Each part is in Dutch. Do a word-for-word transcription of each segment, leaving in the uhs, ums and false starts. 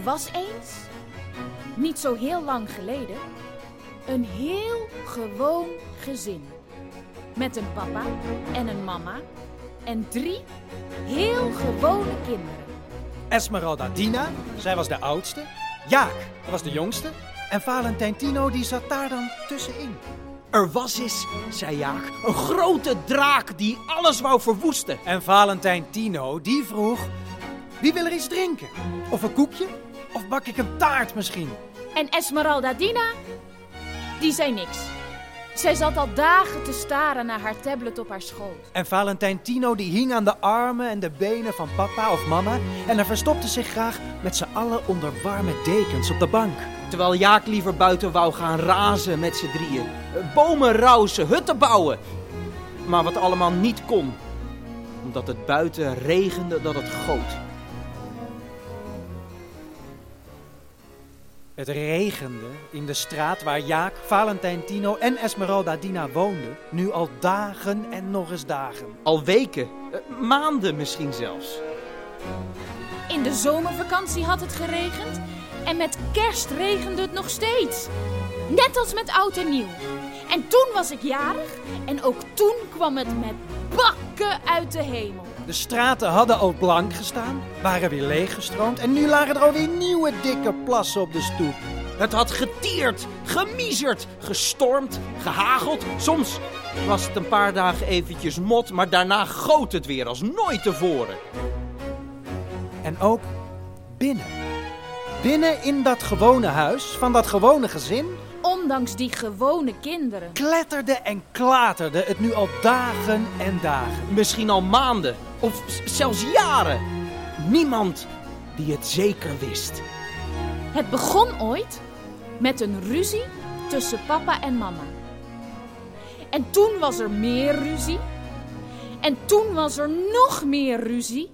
was eens, niet zo heel lang geleden, een heel gewoon gezin. Met een papa en een mama en drie heel gewone kinderen. Esmeralda Dina, zij was de oudste. Jaak, dat was de jongste. En Valentijn Tino, die zat daar dan tussenin. Er was eens, zei Jaak, een grote draak die alles wou verwoesten. En Valentijn Tino, die vroeg, wie wil er iets drinken? Of een koekje? Of bak ik een taart misschien? En Esmeralda Dina, die zei niks. Zij zat al dagen te staren naar haar tablet op haar schoot. En Valentijn Tino, die hing aan de armen en de benen van papa of mama. En hij verstopte zich graag met z'n allen onder warme dekens op de bank. Terwijl Jaak liever buiten wou gaan razen met z'n drieën. Bomen rausen, hutten bouwen. Maar wat allemaal niet kon. Omdat het buiten regende dat het goot. Het regende in de straat waar Jaak, Valentijn Tino en Esmeralda Dina woonden. Nu al dagen en nog eens dagen. Al weken, eh, maanden misschien zelfs. In de zomervakantie had het geregend en met kerst regende het nog steeds. Net als met oud en nieuw. En toen was ik jarig en ook toen kwam het met bakken uit de hemel. De straten hadden al blank gestaan, waren weer leeggestroomd en nu lagen er alweer nieuwe dikke plassen op de stoep. Het had getierd, gemiezerd, gestormd, gehageld. Soms was het een paar dagen eventjes mot, maar daarna goot het weer als nooit tevoren. En ook binnen. Binnen in dat gewone huis van dat gewone gezin, ondanks die gewone kinderen, kletterde en klaterde het nu al dagen en dagen. Misschien al maanden of zelfs jaren. Niemand die het zeker wist. Het begon ooit met een ruzie tussen papa en mama. En toen was er meer ruzie. En toen was er nog meer ruzie.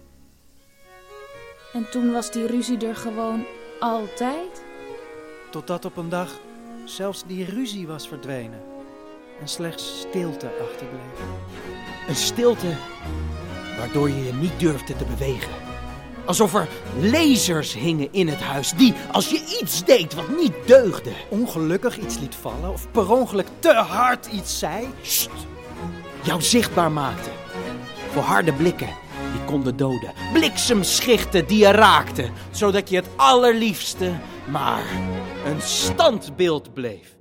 En toen was die ruzie er gewoon altijd. Totdat op een dag zelfs die ruzie was verdwenen. En slechts stilte achterbleef. Een stilte waardoor je je niet durfde te bewegen. Alsof er lasers hingen in het huis die, als je iets deed wat niet deugde, ongelukkig iets liet vallen of per ongeluk te hard iets zei, Sst, jou zichtbaar maakte. Voor harde blikken die konden doden. Bliksemschichten die je raakten, zodat je het allerliefste maar een standbeeld bleef.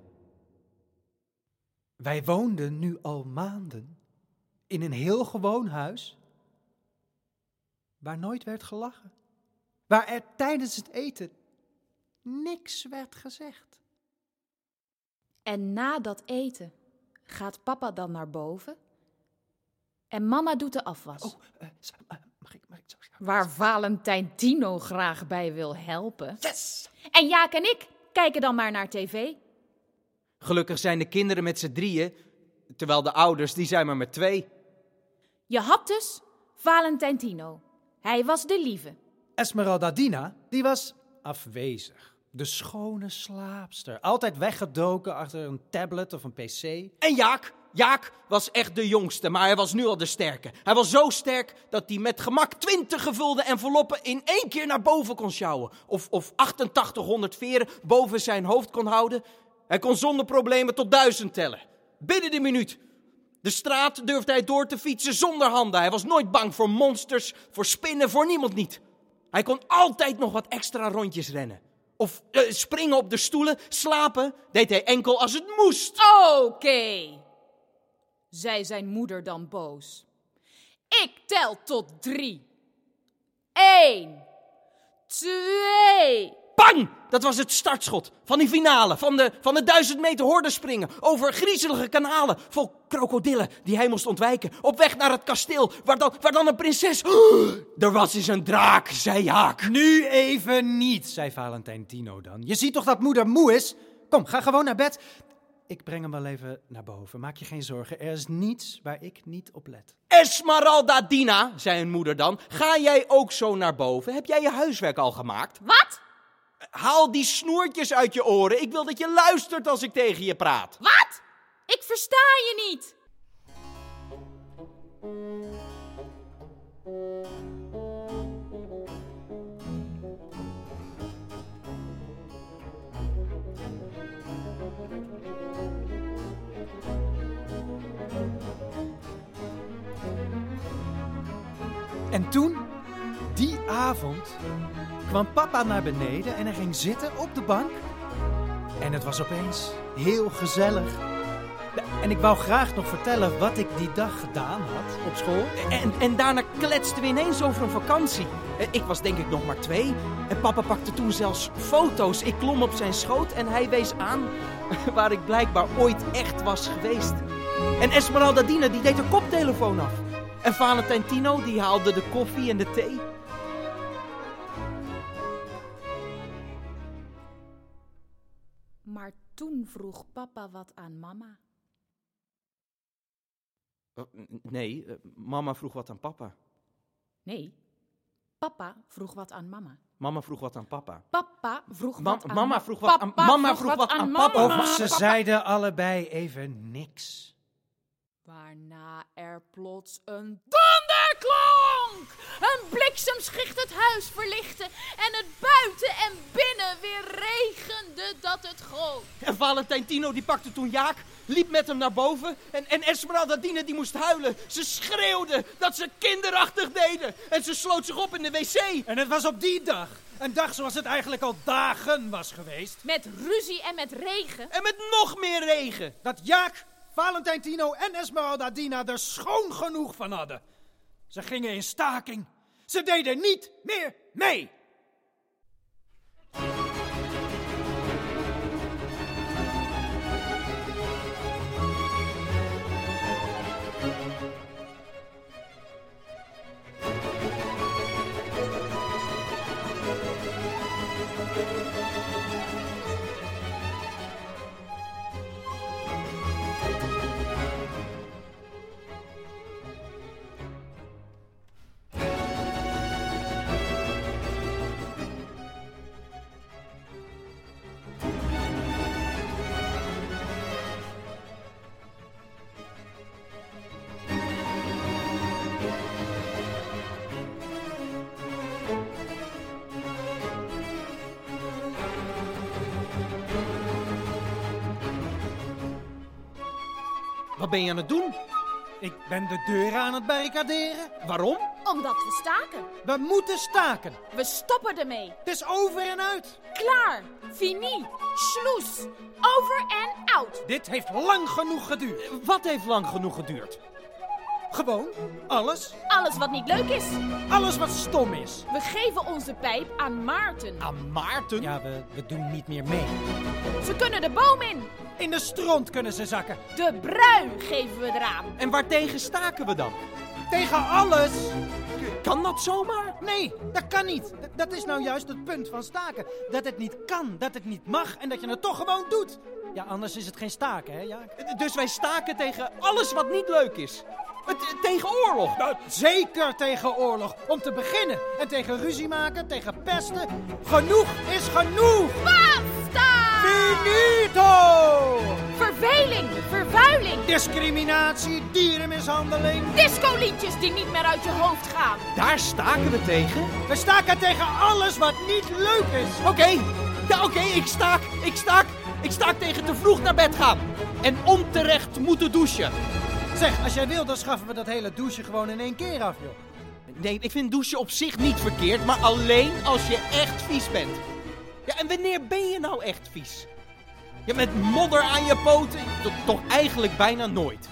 Wij woonden nu al maanden in een heel gewoon huis waar nooit werd gelachen. Waar er tijdens het eten niks werd gezegd. En na dat eten gaat papa dan naar boven en mama doet de afwas. Oh, uh, uh, mag ik, mag ik zo gaan? Waar Valentijn Tino graag bij wil helpen. Yes! En Jaak en ik kijken dan maar naar tv. Gelukkig zijn de kinderen met z'n drieën, terwijl de ouders, die zijn maar met twee. Je had dus Valentijn Tino. Hij was de lieve. Esmeralda Dina, die was afwezig. De schone slaapster. Altijd weggedoken achter een tablet of een pc. En Jaak, Jaak was echt de jongste, maar hij was nu al de sterke. Hij was zo sterk dat hij met gemak twintig gevulde enveloppen in één keer naar boven kon sjouwen. Of, of achtentachtighonderd veren boven zijn hoofd kon houden. Hij kon zonder problemen tot duizend tellen. Binnen de minuut. De straat durfde hij door te fietsen zonder handen. Hij was nooit bang voor monsters, voor spinnen, voor niemand niet. Hij kon altijd nog wat extra rondjes rennen. Of uh, springen op de stoelen, slapen deed hij enkel als het moest. Oké, okay, zei zijn moeder dan boos. Ik tel tot drie. Eén, twee... Bang! Dat was het startschot van die finale, van de, van de duizend meter hordespringen, over griezelige kanalen, vol krokodillen die hij moest ontwijken, op weg naar het kasteel, waar dan, waar dan een prinses... Oh, er was eens een draak, zei Jaak. Nu even niet, zei Valentijn Tino dan. Je ziet toch dat moeder moe is? Kom, ga gewoon naar bed. Ik breng hem wel even naar boven, maak je geen zorgen. Er is niets waar ik niet op let. Esmeralda Dina, zei hun moeder dan, ga jij ook zo naar boven? Heb jij je huiswerk al gemaakt? Wat? Haal die snoertjes uit je oren. Ik wil dat je luistert als ik tegen je praat. Wat? Ik versta je niet. En toen, die avond, kwam papa naar beneden en hij ging zitten op de bank. En het was opeens heel gezellig. En ik wou graag nog vertellen wat ik die dag gedaan had op school. En, en daarna kletsten we ineens over een vakantie. Ik was denk ik nog maar twee. En papa pakte toen zelfs foto's. Ik klom op zijn schoot en hij wees aan waar ik blijkbaar ooit echt was geweest. En Esmeralda Dina die deed haar koptelefoon af. En Valentijn Tino die haalde de koffie en de thee. Maar toen vroeg papa wat aan mama. Uh, nee, uh, mama vroeg wat aan papa. Nee, papa vroeg wat aan mama. Mama vroeg wat aan papa. Papa vroeg Ma- wat aan mama ma- vroeg wat aan- Papa mama vroeg vroeg wat wat aan mama. papa. Of ze zeiden allebei even niks. Waarna er plots een donder klonk. Een bliksemschicht het huis verlichtte en het buiten en binnen weer regende dat het goot. En Valentijn Tino die pakte toen Jaak, liep met hem naar boven. En, en Esmeralda Dina die moest huilen. Ze schreeuwde dat ze kinderachtig deden. En ze sloot zich op in de wc. En het was op die dag, een dag zoals het eigenlijk al dagen was geweest, Met ruzie en met regen. En met nog meer regen. dat Jaak, Valentijn Tino en Esmeralda Dina er schoon genoeg van hadden. Ze gingen in staking. Ze deden niet meer mee. Wat ben je aan het doen? Ik ben de deuren aan het barricaderen. Waarom? Omdat we staken. We moeten staken. We stoppen ermee. Het is over en uit. Klaar. Fini. Schloes. Over en out. Dit heeft lang genoeg geduurd. Wat heeft lang genoeg geduurd? Gewoon alles. Alles wat niet leuk is. Alles wat stom is. We geven onze pijp aan Maarten. Aan Maarten? Ja, we, we doen niet meer mee. Ze kunnen de boom in. In de stront kunnen ze zakken. De brui geven we eraan. En waartegen staken we dan? Tegen alles. Kan dat zomaar? Nee, dat kan niet. D- dat is nou juist het punt van staken. Dat het niet kan, dat het niet mag en dat je het toch gewoon doet. Ja, anders is het geen staken, hè, Jaak? Dus wij staken tegen alles wat niet leuk is. Het- Tegen oorlog. Nou, zeker tegen oorlog. Om te beginnen. En tegen ruzie maken, tegen pesten. Genoeg is genoeg. Basta! Finito! Verveling, vervuiling, Discriminatie, dierenmishandeling. discoliedjes die niet meer uit je hoofd gaan. Daar staken we tegen? We staken tegen alles wat niet leuk is. Oké, ja, oké, ik staak, ik staak, ik staak tegen te vroeg naar bed gaan. En onterecht moeten douchen. Zeg, als jij wil, dan schaffen we dat hele douchen gewoon in één keer af, joh. Nee, ik vind douchen op zich niet verkeerd, maar alleen als je echt vies bent. Ja, en wanneer ben je nou echt vies? Ja, met modder aan je poten? T- toch eigenlijk bijna nooit.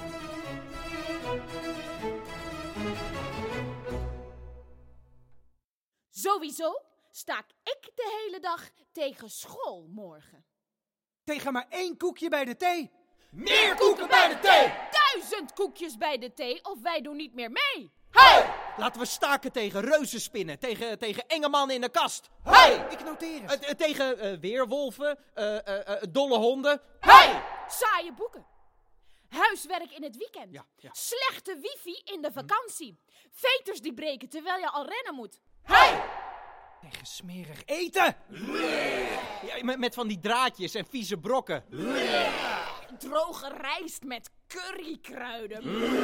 Sowieso staak ik de hele dag tegen school morgen. Tegen maar één koekje bij de thee. Meer koeken bij de thee! Duizend koekjes bij de thee of wij doen niet meer mee. Hey! Laten we staken tegen reuzenspinnen, tegen, tegen enge mannen in de kast. Hey! Ik noteer het. Eh, eh, tegen eh, weerwolven, eh, eh, eh, dolle honden. Hey! Saaie boeken. Huiswerk in het weekend. Ja, ja. Slechte wifi in de vakantie. Veters die breken terwijl je al rennen moet. Hey! Tegen smerig eten. Ja, met, met van die draadjes en vieze brokken. Droge rijst met currykruiden.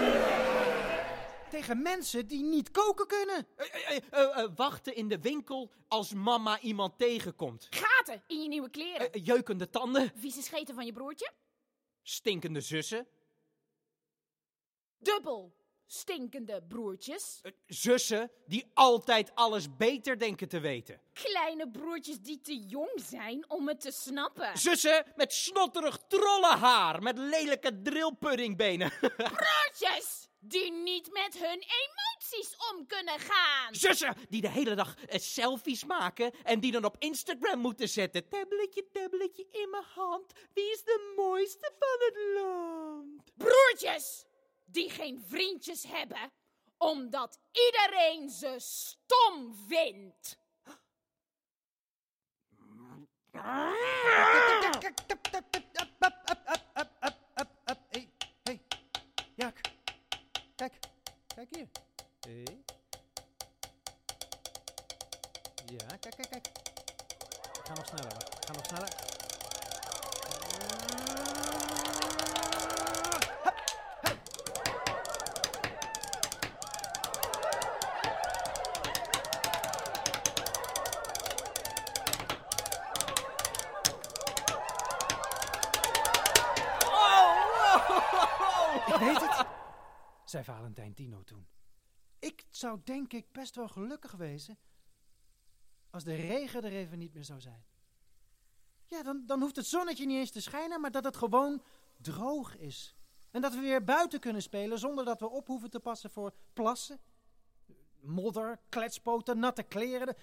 Tegen mensen die niet koken kunnen. Eh, eh, eh, eh, eh, wachten in de winkel als mama iemand tegenkomt. Gaten in je nieuwe kleren. Eh, jeukende tanden, Vieze scheten van je broertje. stinkende zussen. Dubbel. stinkende broertjes. Uh, zussen die altijd alles beter denken te weten. Kleine broertjes die te jong zijn om het te snappen. Zussen met snotterig trollenhaar, met lelijke drillpuddingbenen. Broertjes die niet met hun emoties om kunnen gaan. Zussen die de hele dag uh, selfies maken en die dan op Instagram moeten zetten. Tabletje, tabletje in mijn hand. Wie is de mooiste van het land? Broertjes die geen vriendjes hebben, omdat iedereen ze stom vindt. Hé, hé, Jaak. Kijk, kijk hier. Hé. Ja, kijk, kijk, kijk. Ga nog sneller, wacht. Ga nog sneller. Ik weet het, zei Valentijn Tino toen. Ik zou denk ik best wel gelukkig wezen als de regen er even niet meer zou zijn. Ja, dan, dan hoeft het zonnetje niet eens te schijnen, maar dat het gewoon droog is. En dat we weer buiten kunnen spelen zonder dat we op hoeven te passen voor plassen, modder, kletspoten, natte kleren.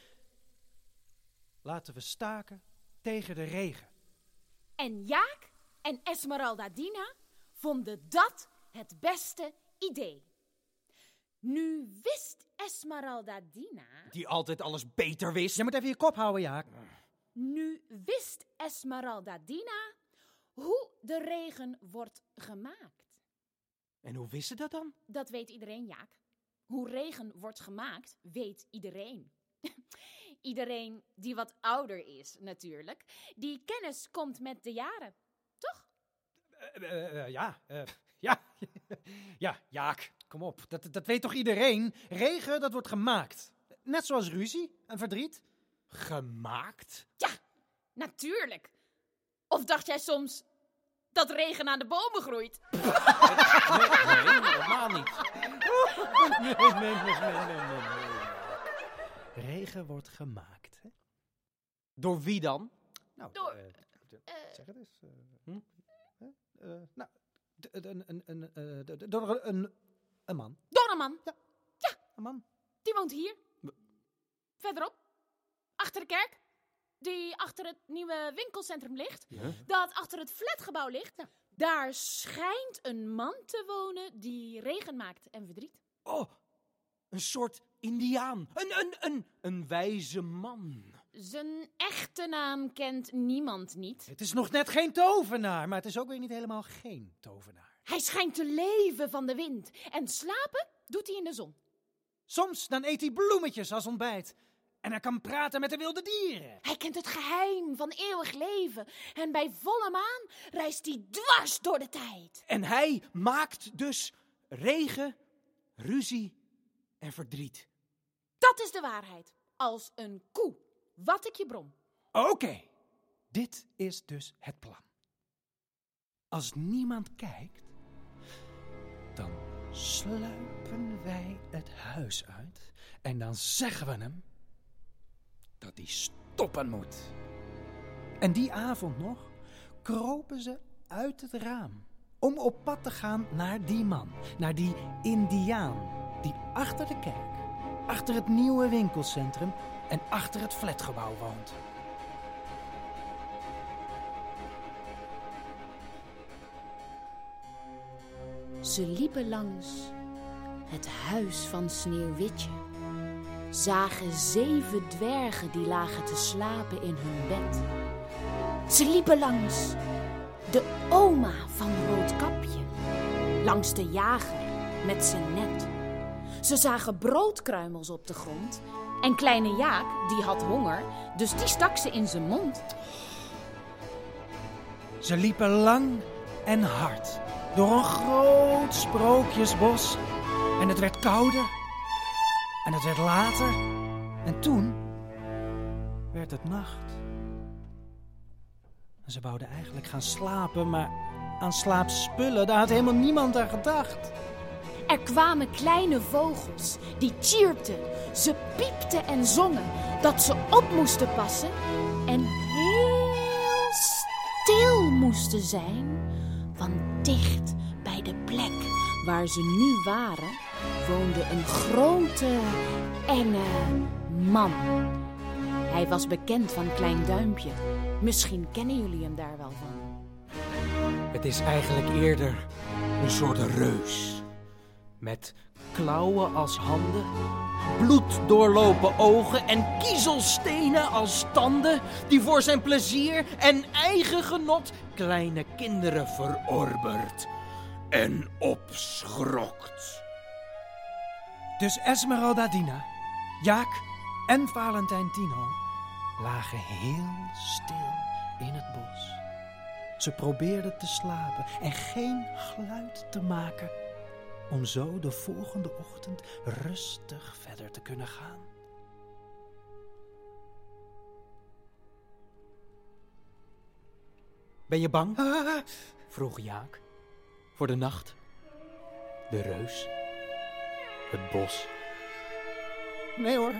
Laten we staken tegen de regen. En Jaak en Esmeralda Dina vonden dat het beste idee. Nu wist Esmeralda Dina... Die altijd alles beter wist. Je moet even je kop houden, Jaak. Nu wist Esmeralda Dina hoe de regen wordt gemaakt. En hoe wist ze dat dan? Dat weet iedereen, Jaak. Hoe regen wordt gemaakt, weet iedereen. Iedereen die wat ouder is, natuurlijk. Die kennis komt met de jaren, toch? Uh, uh, uh, ja, uh, ja, ja, Jaak, kom op. Dat, dat weet toch iedereen? Regen, dat wordt gemaakt. Net zoals ruzie en verdriet. Gemaakt? Ja, natuurlijk. Of dacht jij soms dat regen aan de bomen groeit? Nee, nee, nee, helemaal niet. Nee, nee, nee, nee, nee, nee, nee. Regen wordt gemaakt. Hè? Door wie dan? Nou, Door... Uh, Uh, zeg het eens. Uh, hm? uh, nou, een, een, een, uh, door een, een man. Door een man. Ja. Ja, een man. Die woont hier. Verderop. Achter de kerk. Die achter het nieuwe winkelcentrum ligt. Ja? Dat achter het flatgebouw ligt. Nou, daar schijnt een man te wonen die regen maakt en verdriet. Oh, een soort indiaan. Een, een, een, een wijze man. Zijn echte naam kent niemand niet. Het is nog net geen tovenaar, maar het is ook weer niet helemaal geen tovenaar. Hij schijnt te leven van de wind. En slapen doet hij in de zon. Soms dan eet hij bloemetjes als ontbijt. En hij kan praten met de wilde dieren. Hij kent het geheim van eeuwig leven. En bij volle maan reist hij dwars door de tijd. En hij maakt dus regen, ruzie en verdriet. Dat is de waarheid. Als een koe. Wat ik je brom. Oké, okay. Dit is dus het plan. Als niemand kijkt, dan sluipen wij het huis uit en dan zeggen we hem dat hij stoppen moet. En die avond nog kropen ze uit het raam om op pad te gaan naar die man, naar die indiaan die achter de kerk, achter het nieuwe winkelcentrum en achter het flatgebouw woont. Ze liepen langs het huis van Sneeuwwitje. Zagen zeven dwergen die lagen te slapen in hun bed. Ze liepen langs de oma van Roodkapje. Langs de jager met zijn net. Ze zagen broodkruimels op de grond. En kleine Jaak, die had honger, dus die stak ze in zijn mond. Ze liepen lang en hard door een groot sprookjesbos. En het werd kouder. En het werd later. En toen werd het nacht. En ze wouden eigenlijk gaan slapen, maar aan slaapspullen, daar had helemaal niemand aan gedacht. Er kwamen kleine vogels die tjierpten, ze piepten en zongen dat ze op moesten passen en heel stil moesten zijn, want dicht bij de plek waar ze nu waren woonde een grote, enge man. Hij was bekend van Klein Duimpje. Misschien kennen jullie hem daar wel van. Het is eigenlijk eerder een soort reus. Met klauwen als handen, bloeddoorlopen ogen en kiezelstenen als tanden, die voor zijn plezier en eigen genot kleine kinderen verorbert en opschrokt. Dus Esmeralda Dina, Jaak en Valentijn Tino lagen heel stil in het bos. Ze probeerden te slapen en geen geluid te maken, om zo de volgende ochtend rustig verder te kunnen gaan. Ben je bang? Vroeg Jaak. Voor de nacht, de reus, het bos. Nee hoor.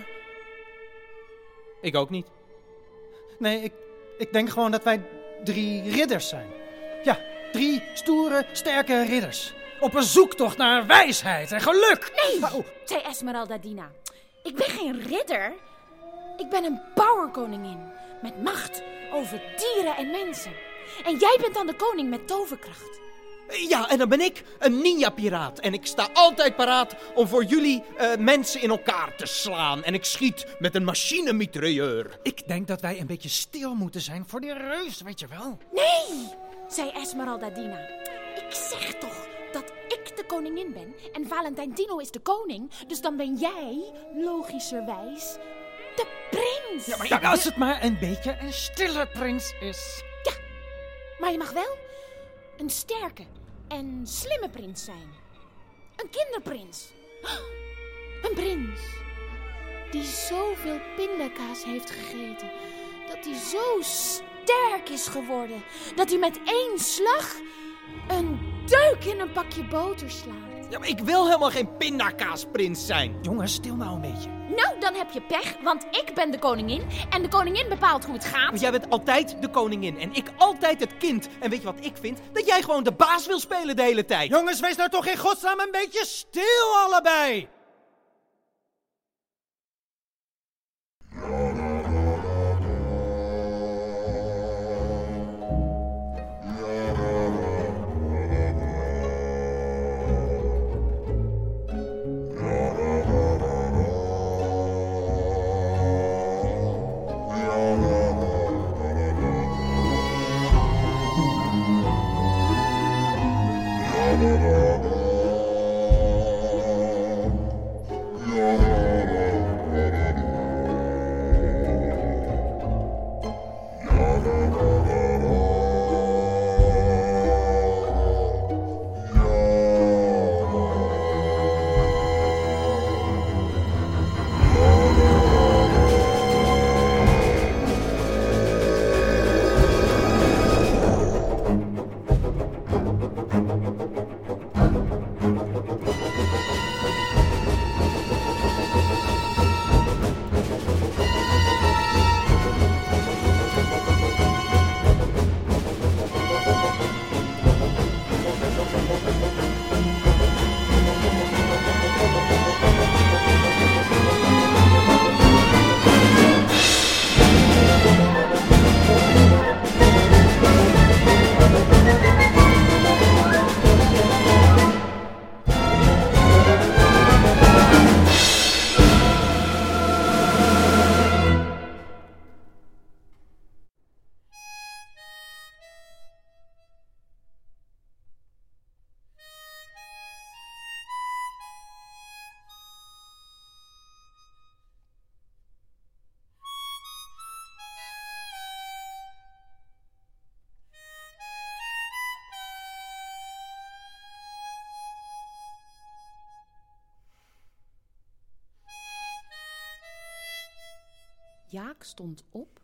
Ik ook niet. Nee, ik, ik denk gewoon dat wij drie ridders zijn. Ja, drie stoere, sterke ridders. Op een zoektocht naar wijsheid en geluk. Nee, oh. zei Esmeralda Dina. Ik ben geen ridder. Ik ben een powerkoningin met macht over dieren en mensen. En jij bent dan de koning met toverkracht. Ja, en dan ben ik een ninja-piraat. En ik sta altijd paraat om voor jullie uh, mensen in elkaar te slaan. En ik schiet met een machine-mitrailleur. Ik denk dat wij een beetje stil moeten zijn voor die reus, weet je wel. Nee, zei Esmeralda Dina. Ik zeg toch dat ik de koningin ben en Valentijn Tino is de koning. Dus dan ben jij, logischerwijs, de prins. Ja, maar ja, als het maar een beetje een stille prins is. Ja, maar je mag wel een sterke en slimme prins zijn. Een kinderprins. Een prins die zoveel pindakaas heeft gegeten dat hij zo sterk is geworden dat hij met één slag een deuk in een pakje boter slaat. Ja, maar ik wil helemaal geen pindakaasprins zijn. Jongens, stil nou een beetje. Nou, dan heb je pech, want ik ben de koningin en de koningin bepaalt hoe het gaat. Want jij bent altijd de koningin en ik altijd het kind. En weet je wat ik vind? Dat jij gewoon de baas wil spelen de hele tijd. Jongens, wees nou toch in godsnaam een beetje stil allebei. Jaak stond op,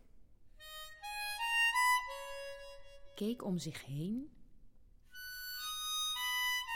keek om zich heen.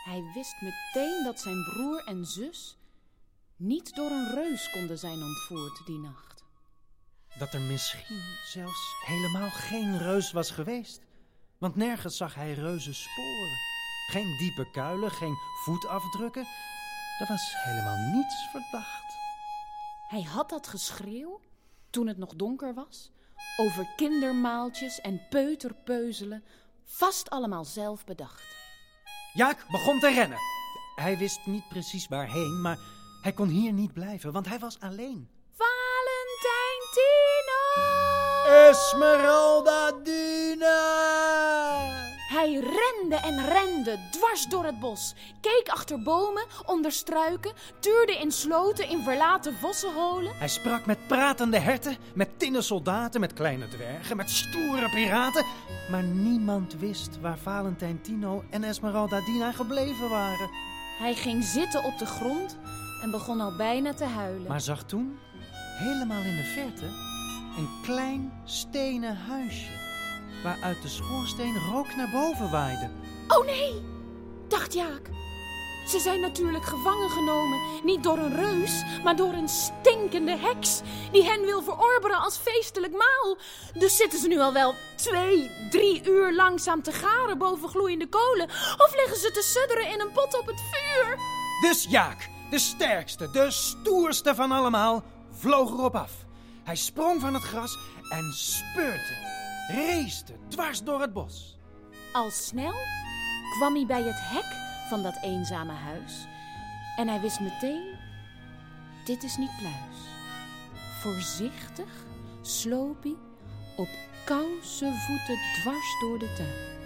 Hij wist meteen dat zijn broer en zus niet door een reus konden zijn ontvoerd die nacht. Dat er misschien zelfs helemaal geen reus was geweest. Want nergens zag hij reuzensporen. Geen diepe kuilen, geen voetafdrukken. Er was helemaal niets verdacht. Hij had dat geschreeuw, toen het nog donker was, over kindermaaltjes en peuterpeuzelen, vast allemaal zelf bedacht. Jaak begon te rennen. Hij wist niet precies waarheen, maar hij kon hier niet blijven, want hij was alleen. Valentijn Tino! Esmeralda Dina! Hij rende en rende dwars door het bos, keek achter bomen, onder struiken, tuurde in sloten, in verlaten vossenholen. Hij sprak met pratende herten, met tinnen soldaten, met kleine dwergen, met stoere piraten. Maar niemand wist waar Valentijn Tino en Esmeralda Dina gebleven waren. Hij ging zitten op de grond en begon al bijna te huilen. Maar zag toen, helemaal in de verte, een klein stenen huisje, waaruit de schoorsteen rook naar boven waaide. Oh nee, dacht Jaak. Ze zijn natuurlijk gevangen genomen, niet door een reus, maar door een stinkende heks die hen wil verorberen als feestelijk maal. Dus zitten ze nu al wel twee, drie uur langzaam te garen boven gloeiende kolen, of liggen ze te sudderen in een pot op het vuur? Dus Jaak, de sterkste, de stoerste van allemaal, vloog erop af. Hij sprong van het gras en speurde, reesde dwars door het bos. Al snel kwam hij bij het hek van dat eenzame huis en hij wist meteen, dit is niet pluis. Voorzichtig sloop hij op kousenvoeten dwars door de tuin.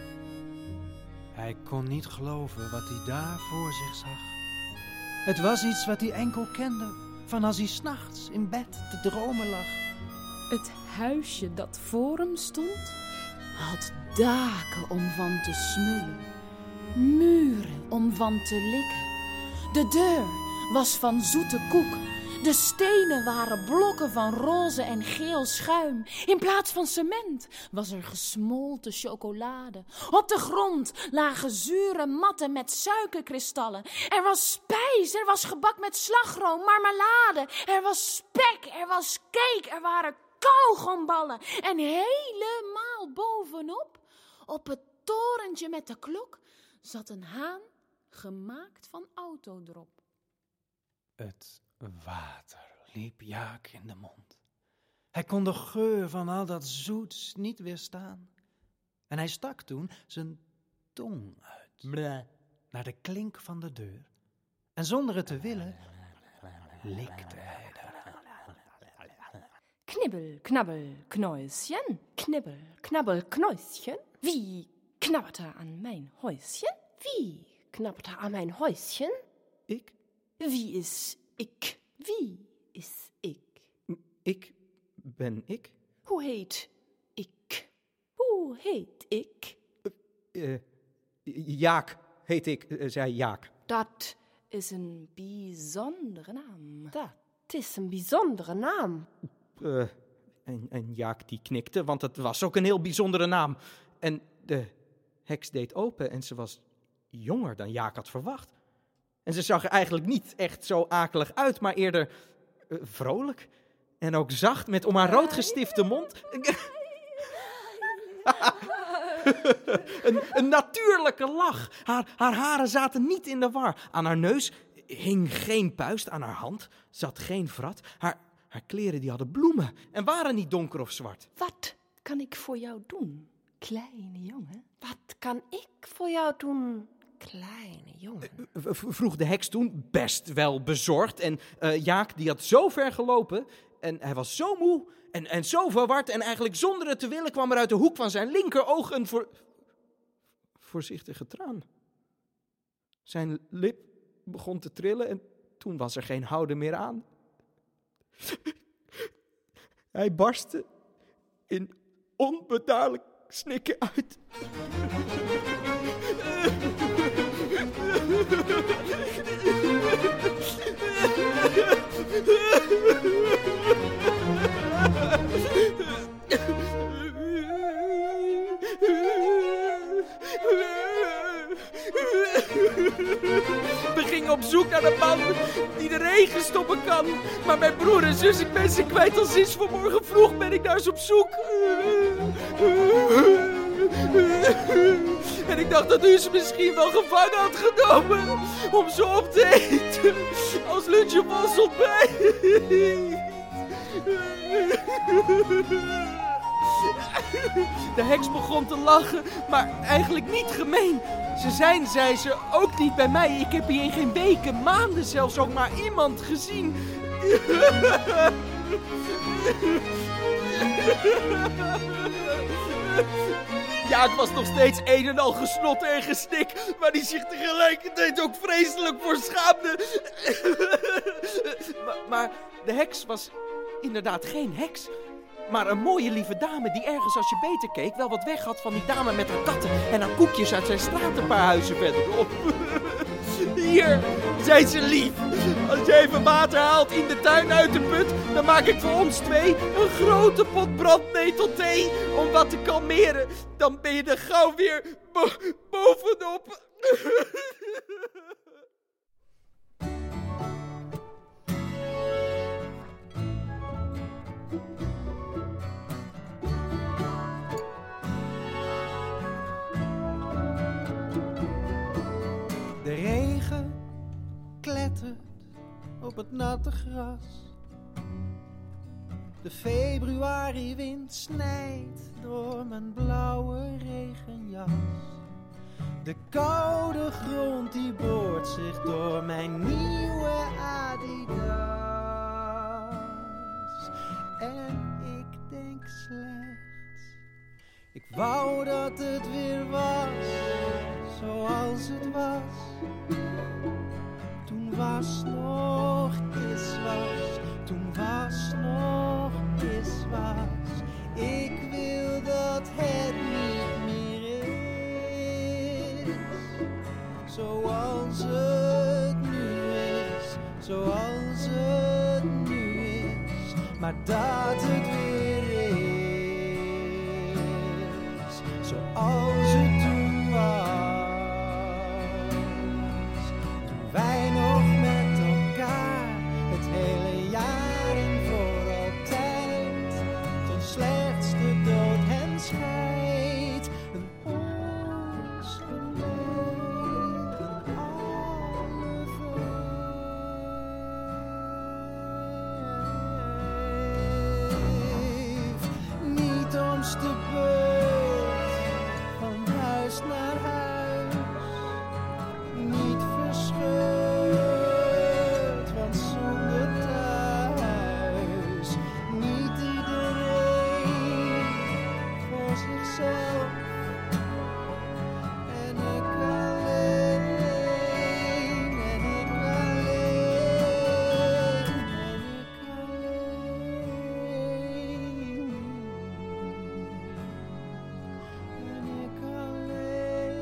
Hij kon niet geloven wat hij daar voor zich zag. Het was iets wat hij enkel kende van als hij 's nachts in bed te dromen lag. Het huisje dat voor hem stond, had daken om van te smullen, muren om van te likken. De deur was van zoete koek. De stenen waren blokken van roze en geel schuim. In plaats van cement was er gesmolten chocolade. Op de grond lagen zure matten met suikerkristallen. Er was spijs, er was gebak met slagroom, marmelade. Er was spek, er was cake, er waren kauwgomballen. En helemaal bovenop, op het torentje met de klok, zat een haan gemaakt van autodrop. Het water liep Jaak in de mond. Hij kon de geur van al dat zoets niet weerstaan. En hij stak toen zijn tong uit Bleh. naar de klink van de deur. En zonder het te willen, likte hij daar. Knibbel, knabbel, Knäuschen, knibbel, knabbel, Knäuschen. Wie knabbert er an mijn Häuschen? Wie knabbert er an mijn Häuschen? Ik? Wie is ik? Wie is ik? Ik ben ik. Hoe heet ik? Hoe heet ik? Uh, Jaak heet ik, uh, zei Jaak. Dat is een bijzondere naam. Dat is een bijzondere naam. Uh, en, en Jaak die knikte, want het was ook een heel bijzondere naam. En de heks deed open en ze was jonger dan Jaak had verwacht. En ze zag er eigenlijk niet echt zo akelig uit, maar eerder uh, vrolijk. En ook zacht, met om haar rood gestifte mond. een, een natuurlijke lach. Haar, haar haren zaten niet in de war. Aan haar neus hing geen puist, aan haar hand zat geen vrat. Haar, haar kleren die hadden bloemen en waren niet donker of zwart. Wat kan ik voor jou doen, kleine jongen? Wat kan ik voor jou doen, kleine jongen? Uh, vroeg de heks toen, best wel bezorgd. En uh, Jaak die had zo ver gelopen en hij was zo moe en, en zo verward. En eigenlijk zonder het te willen kwam er uit de hoek van zijn linkeroog een voor, voorzichtige traan. Zijn lip begon te trillen en toen was er geen houden meer aan. Hij barstte in onbedaarlijk snikken uit. We gingen op zoek naar de man die de regen stoppen kan. Maar mijn broer en zus, ik ben ze kwijt al sinds vanmorgen vroeg ben ik naar ze op zoek. En ik dacht dat u ze misschien wel gevangen had genomen om ze op te eten als lunch of als ontbijt. De heks begon te lachen, maar eigenlijk niet gemeen. Ze zijn, zei ze, ook niet bij mij. Ik heb hier in geen weken, maanden zelfs ook maar iemand gezien. Ja, ik was nog steeds een en al gesnot en gesnik, waar die zich tegelijkertijd ook vreselijk voor schaamde. maar, maar de heks was inderdaad geen heks, maar een mooie lieve dame die ergens, als je beter keek, wel wat weg had van die dame met haar katten en haar koekjes uit zijn straat een paar huizen verderop. Hier, zei ze lief. Als je even water haalt in de tuin uit de put, dan maak ik voor ons twee een grote pot brandnetelthee om wat te kalmeren. Dan ben je er gauw weer bo- bovenop. De regen klettert op het natte gras. De februariwind snijdt door mijn blauwe regenjas. De koude grond die boort zich door mijn nieuwe Adidas. En ik denk slechts, ik wou dat het weer was zoals het was. Toen was nog is was, toen was nog is was. Ik wil dat het niet meer is zoals het nu is, zoals het nu is. Maar dat het weer is zoals het toen was. Wij nog met elkaar het hele jaar en voor altijd, tot slechts de dood hen scheidt. Een ons geleid, een alle vijf. Niet ons te beurt, van huis naar huis, niet verscheurd, want zonder thuis. Niet iedereen voor zichzelf en ik alleen, en ik alleen, en ik alleen, en ik alleen.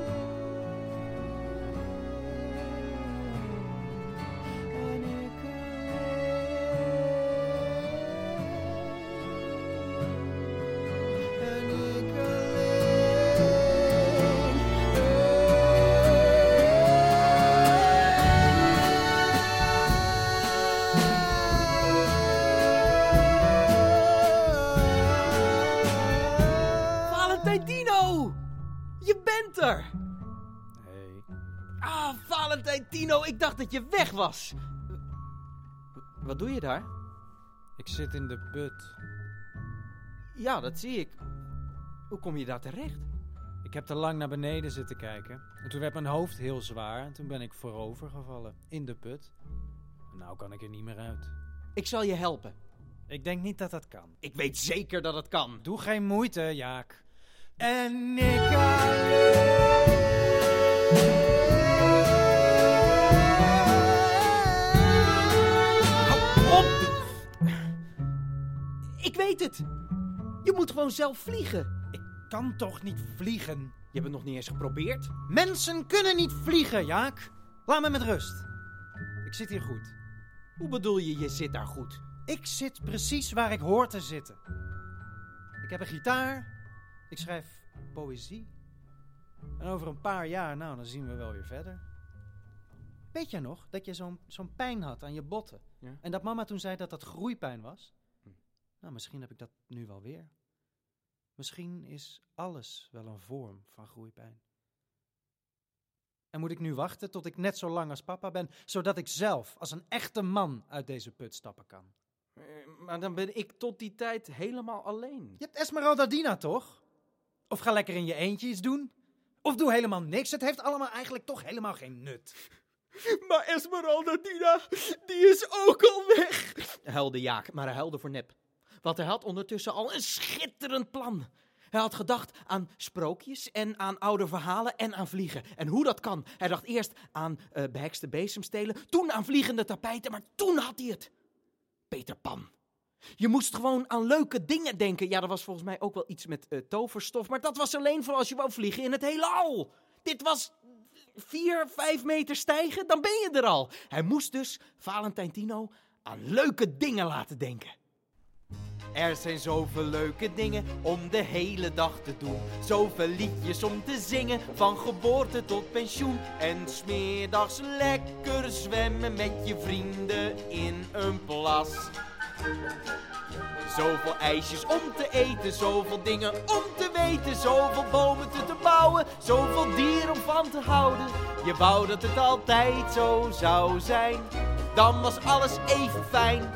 En ik alleen, en ik alleen. Valentijn-Tino! Je bent er! Hey. Ah, Valentijn-Tino, ik dacht dat je weg was. Wat doe je daar? Ik zit in de put. Ja, dat zie ik. Hoe kom je daar terecht? Ik heb te lang naar beneden zitten kijken. En toen werd mijn hoofd heel zwaar. En toen ben ik voorover gevallen. In de put. En nou kan ik er niet meer uit. Ik zal je helpen. Ik denk niet dat dat kan. Ik weet zeker dat het kan. Doe geen moeite, Jaak. En ik alleen. Hou op! Ik weet het. Je moet gewoon zelf vliegen. Ik kan toch niet vliegen? Je hebt het nog niet eens geprobeerd? Mensen kunnen niet vliegen, Jaak. Laat me met rust. Ik zit hier goed. Hoe bedoel je, je zit daar goed? Ik zit precies waar ik hoor te zitten. Ik heb een gitaar. Ik schrijf poëzie. En over een paar jaar, nou, dan zien we wel weer verder. Weet jij nog dat je zo'n, zo'n pijn had aan je botten? Ja. En dat mama toen zei dat dat groeipijn was? Hm. Nou, misschien heb ik dat nu wel weer. Misschien is alles wel een vorm van groeipijn. En moet ik nu wachten tot ik net zo lang als papa ben, zodat ik zelf als een echte man uit deze put stappen kan? Uh, maar dan ben ik tot die tijd helemaal alleen. Je hebt Esmeralda Dina toch? Of ga lekker in je eentje iets doen? Of doe helemaal niks, het heeft allemaal eigenlijk toch helemaal geen nut. Maar Esmeralda Dina, die is ook al weg, huilde Jaak, maar hij huilde voor nep. Want hij had ondertussen al een schitterend plan. Hij had gedacht aan sprookjes en aan oude verhalen en aan vliegen. En hoe dat kan. Hij dacht eerst aan uh, behekste bezemstelen, toen aan vliegende tapijten, maar toen had hij het. Peter Pan. Je moest gewoon aan leuke dingen denken. Ja, er was volgens mij ook wel iets met uh, toverstof, maar dat was alleen voor als je wou vliegen in het heelal. Dit was vier, vijf meter stijgen, dan ben je er al. Hij moest dus Valentijn Tino aan leuke dingen laten denken. Er zijn zoveel leuke dingen om de hele dag te doen. Zoveel liedjes om te zingen, van geboorte tot pensioen. En 's middags lekker zwemmen met je vrienden in een plas. Zoveel ijsjes om te eten, zoveel dingen om te weten. Zoveel bomen te, te bouwen, zoveel dieren om van te houden. Je wou dat het altijd zo zou zijn, dan was alles even fijn.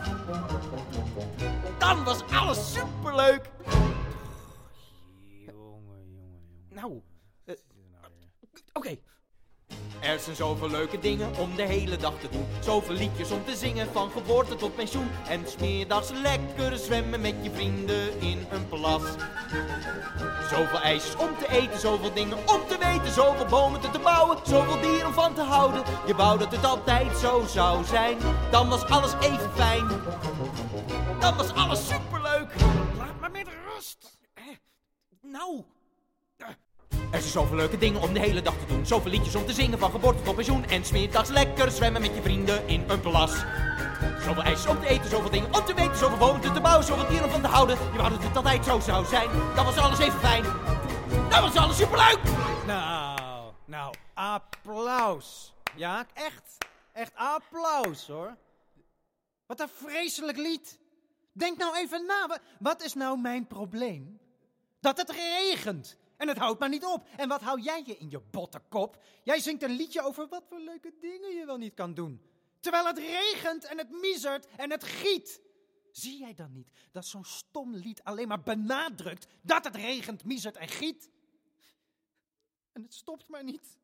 Dan was alles superleuk. Jongen, jongen, jongen. Nou, uh, oké. Okay. Er zijn zoveel leuke dingen om de hele dag te doen. Zoveel liedjes om te zingen, van geboorte tot pensioen. En 's middags lekker zwemmen met je vrienden in een plas. Zoveel ijsjes om te eten, zoveel dingen om te weten. Zoveel bomen te, te bouwen, zoveel dieren om van te houden. Je wou dat het altijd zo zou zijn, dan was alles even fijn. Dan was alles superleuk. Laat me met rust. Eh, nou... Er zijn zoveel leuke dingen om de hele dag te doen. Zoveel liedjes om te zingen, van geboorte tot pensioen. En 's middags lekker zwemmen met je vrienden in een plas. Zoveel ijsjes om te eten, zoveel dingen om te weten. Zoveel bomen te, te bouwen, zoveel dieren om van te houden. Je wou dat het altijd zo zou zijn, dan was alles even fijn. Dan was alles superleuk. Nou, nou, applaus. Jaak, echt, echt applaus hoor. Wat een vreselijk lied. Denk nou even na, wat is nou mijn probleem? Dat het regent. En het houdt maar niet op. En wat hou jij je in je botte kop? Jij zingt een liedje over wat voor leuke dingen je wel niet kan doen. Terwijl het regent en het miezert en het giet. Zie jij dan niet dat zo'n stom lied alleen maar benadrukt dat het regent, miezert en giet? En het stopt maar niet.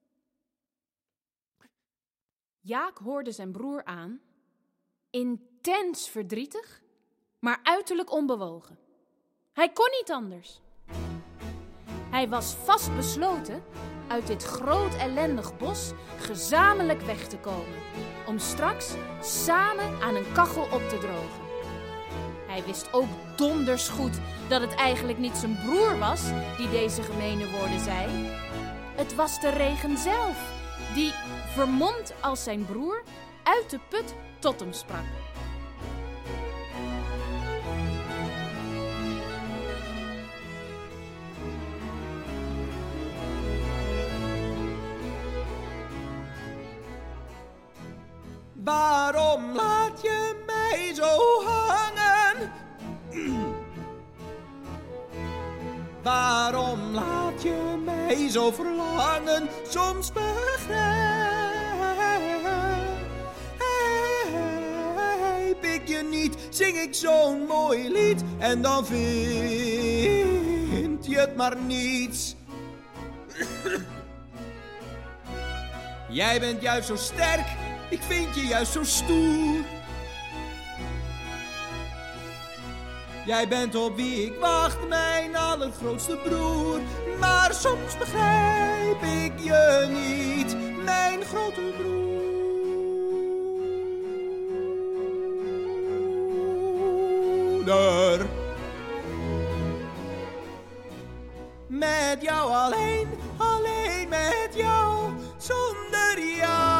Jaak hoorde zijn broer aan, intens verdrietig, maar uiterlijk onbewogen. Hij kon niet anders. Hij was vastbesloten uit dit groot ellendig bos gezamenlijk weg te komen, om straks samen aan een kachel op te drogen. Hij wist ook donders goed dat het eigenlijk niet zijn broer was die deze gemene woorden zei. Het was de regen zelf, die, vermomd als zijn broer, uit de put tot hem sprak. Waarom laat je mij zo hangen? Waarom laat je mij zo verlangen? Soms begrijp ik je niet, zing ik zo'n mooi lied en dan vind je het maar niets. Jij bent juist zo sterk, ik vind je juist zo stoer. Jij bent op wie ik wacht, mijn allergrootste broer. Maar soms begrijp ik je niet, mijn grote broeder. Met jou alleen, alleen met jou, zonder jou.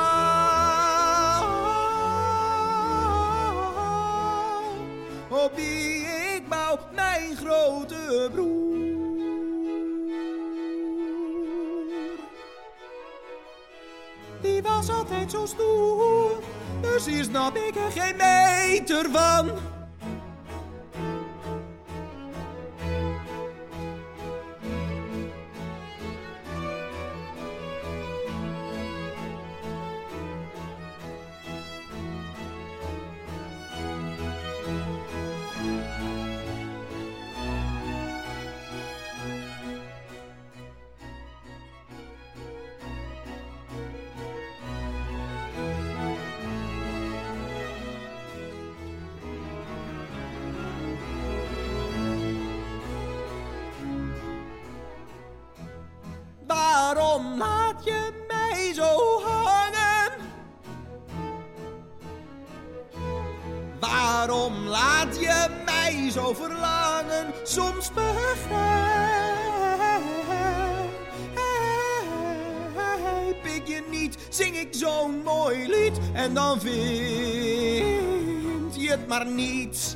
Op wie ik bouw, mijn grote broer. die was altijd zo stoer. Dus hier snap ik er geen meter van. Waarom laat je mij zo hangen? Waarom laat je mij zo verlangen? Soms begrijp ik je niet, zing ik zo'n mooi lied en dan vind je het maar niet.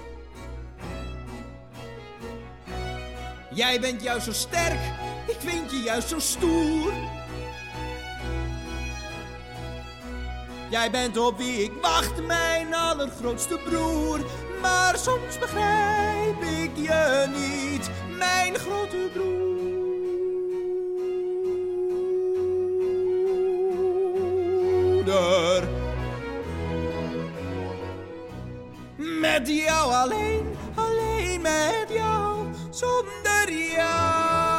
Jij bent juist zo sterk, ik vind je juist zo stoer. Jij bent op wie ik wacht, mijn allergrootste broer. Maar soms begrijp ik je niet, mijn grote broeder. Met jou alleen, alleen met jou, zonder jou.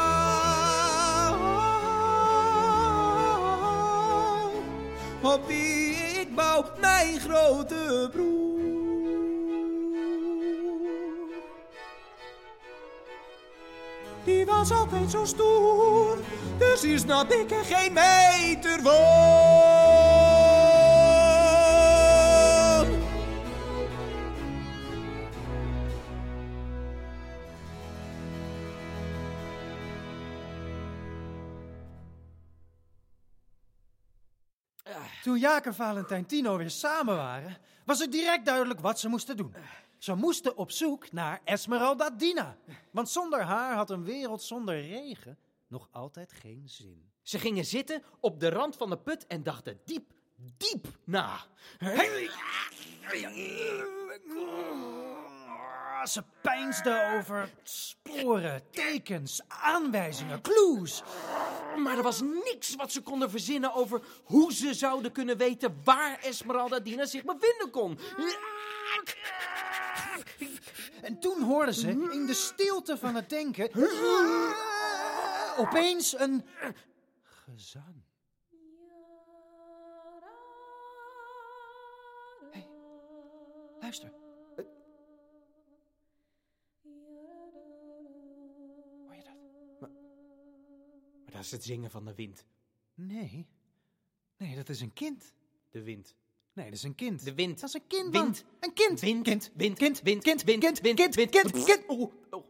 Op wie ik bouw, mijn grote broer. Die was altijd zo stoer, dus hier snap ik er geen meter van. Toen Jaak en Valentijn Tino weer samen waren, was het direct duidelijk wat ze moesten doen. Ze moesten op zoek naar Esmeralda Dina. Want zonder haar had een wereld zonder regen nog altijd geen zin. Ze gingen zitten op de rand van de put en dachten diep, diep na. Ze peinsden over sporen, tekens, aanwijzingen, clues. Maar er was niks wat ze konden verzinnen over hoe ze zouden kunnen weten waar Esmeralda Dina zich bevinden kon. En toen hoorden ze in de stilte van het denken opeens een gezang. Hey, luister. Hoor je dat? Maar, maar dat is het zingen van de wind. Nee. Nee, dat is een kind. De wind. Nee, dat is een kind. De wind. Dat is een kind, Wind. man. Een kind. Wind. Kind. Wind. Kind. Wind. Kind. Wind. Kind. Wind. Kind. Wind. Kind. Wind. Kind. Oh, oh.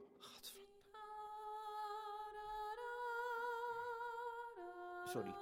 Sorry.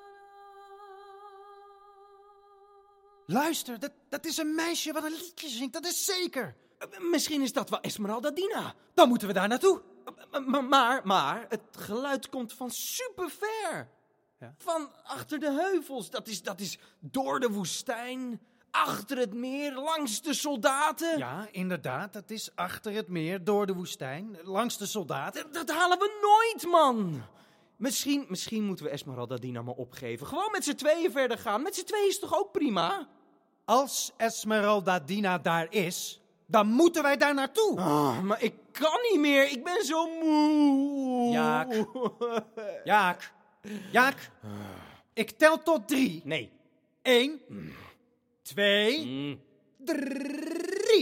Luister, dat, dat is een meisje wat een liedje zingt, dat is zeker. Uh, Misschien is dat wel Esmeralda Dina. Dan moeten we daar naartoe. Uh, maar, maar, maar, het geluid komt van super ver. Ja? Van achter de heuvels. Dat is, dat is door de woestijn, achter het meer, langs de soldaten. Ja, inderdaad, dat is achter het meer, door de woestijn, langs de soldaten. Dat, dat halen we nooit, man. Misschien, misschien moeten we Esmeralda Dina maar opgeven. Gewoon met z'n tweeën verder gaan. Met z'n tweeën is toch ook prima? Als Esmeralda Dina daar is, dan moeten wij daar naartoe. Oh, maar ik kan niet meer. Ik ben zo moe. Jaak. Jaak. Jaak. Ik tel tot drie. Nee. Eén. Twee. Mm. Drie.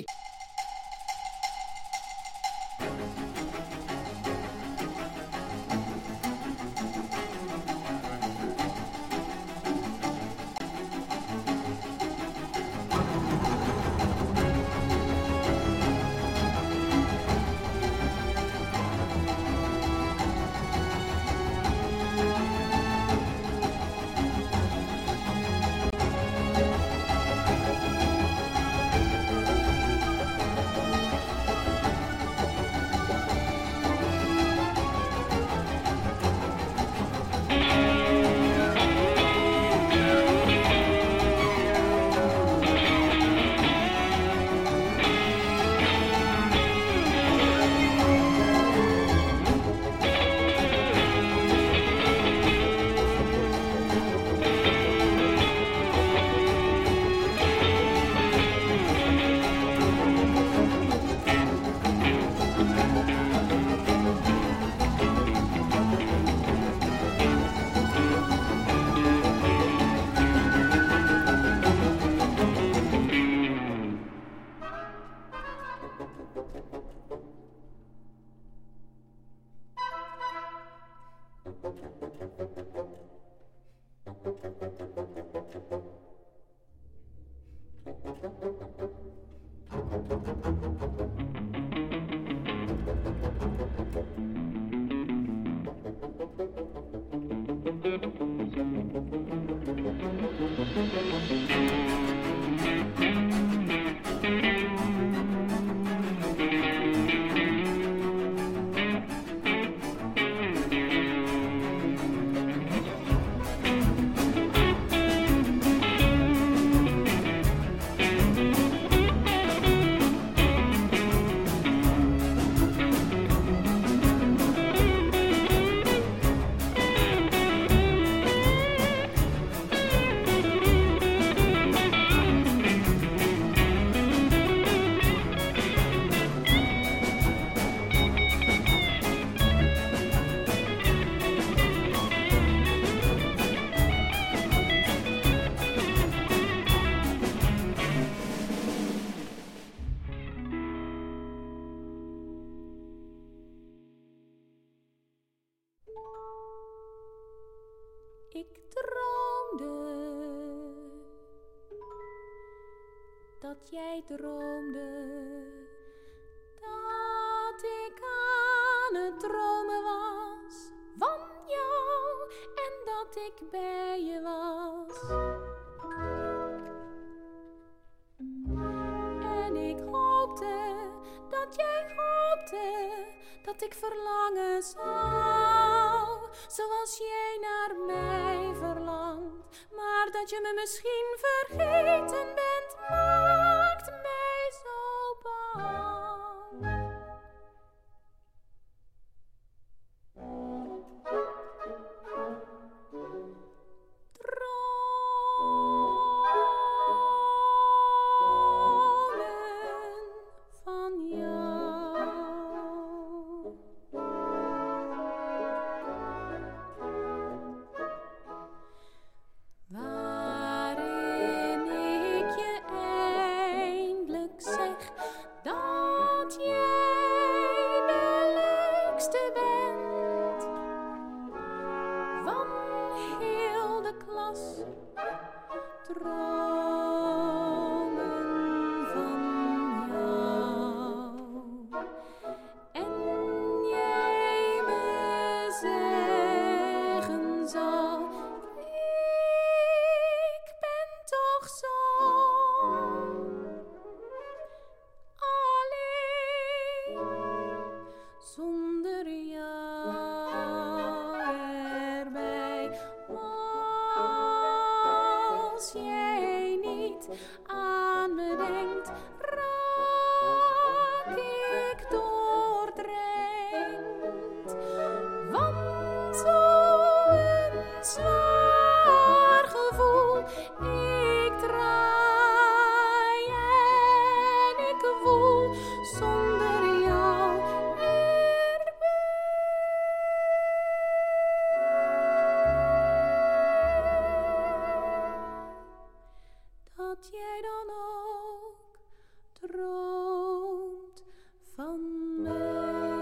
Ik droomde dat jij droomde dat ik aan het dromen was van jou en dat ik bij je was. En ik hoopte dat jij hoopte dat ik verlangen zou, zoals jij naar mij verlangt. Maar dat je me misschien vergeten bent, maakt mij zo bang. Dromen van jou. Waarin ik je eindelijk zeg dat jij de leukste bent van heel de klas. Dromen van jou. En jij me zeggen zal: ik ben toch zo alleen zonder jou erbij. Als jij niet aan me denkt, raak ik doordrenkt. Want zo'n zwaar gevoel, ik draai en ik woel zonder jou erbij. Dat jij dan ook droomt van mij.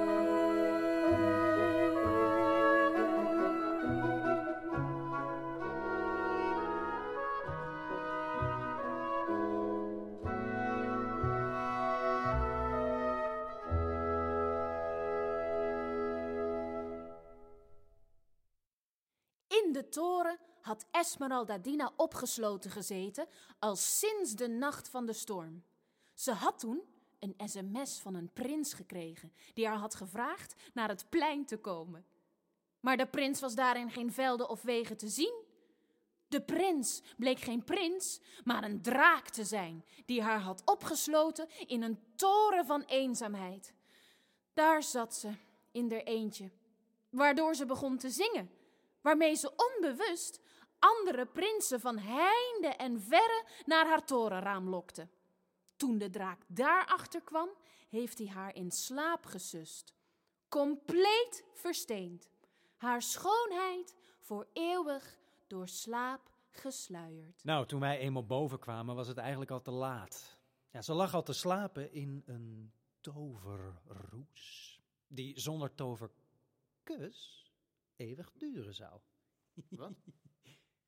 In de toren had Esmeralda opgesloten gezeten al sinds de nacht van de storm. Ze had toen een sms van een prins gekregen die haar had gevraagd naar het plein te komen. Maar de prins was daarin geen velden of wegen te zien. De prins bleek geen prins, maar een draak te zijn die haar had opgesloten in een toren van eenzaamheid. Daar zat ze in der eentje, waardoor ze begon te zingen, waarmee ze onbewust andere prinsen van heinde en verre naar haar torenraam lokte. Toen de draak daarachter kwam, heeft hij haar in slaap gesust, compleet versteend, haar schoonheid voor eeuwig door slaap gesluierd. Nou, toen wij eenmaal boven kwamen, was het eigenlijk al te laat. Ja, ze lag al te slapen in een toverroes, die zonder toverkus eeuwig duren zou. Wat? Ja,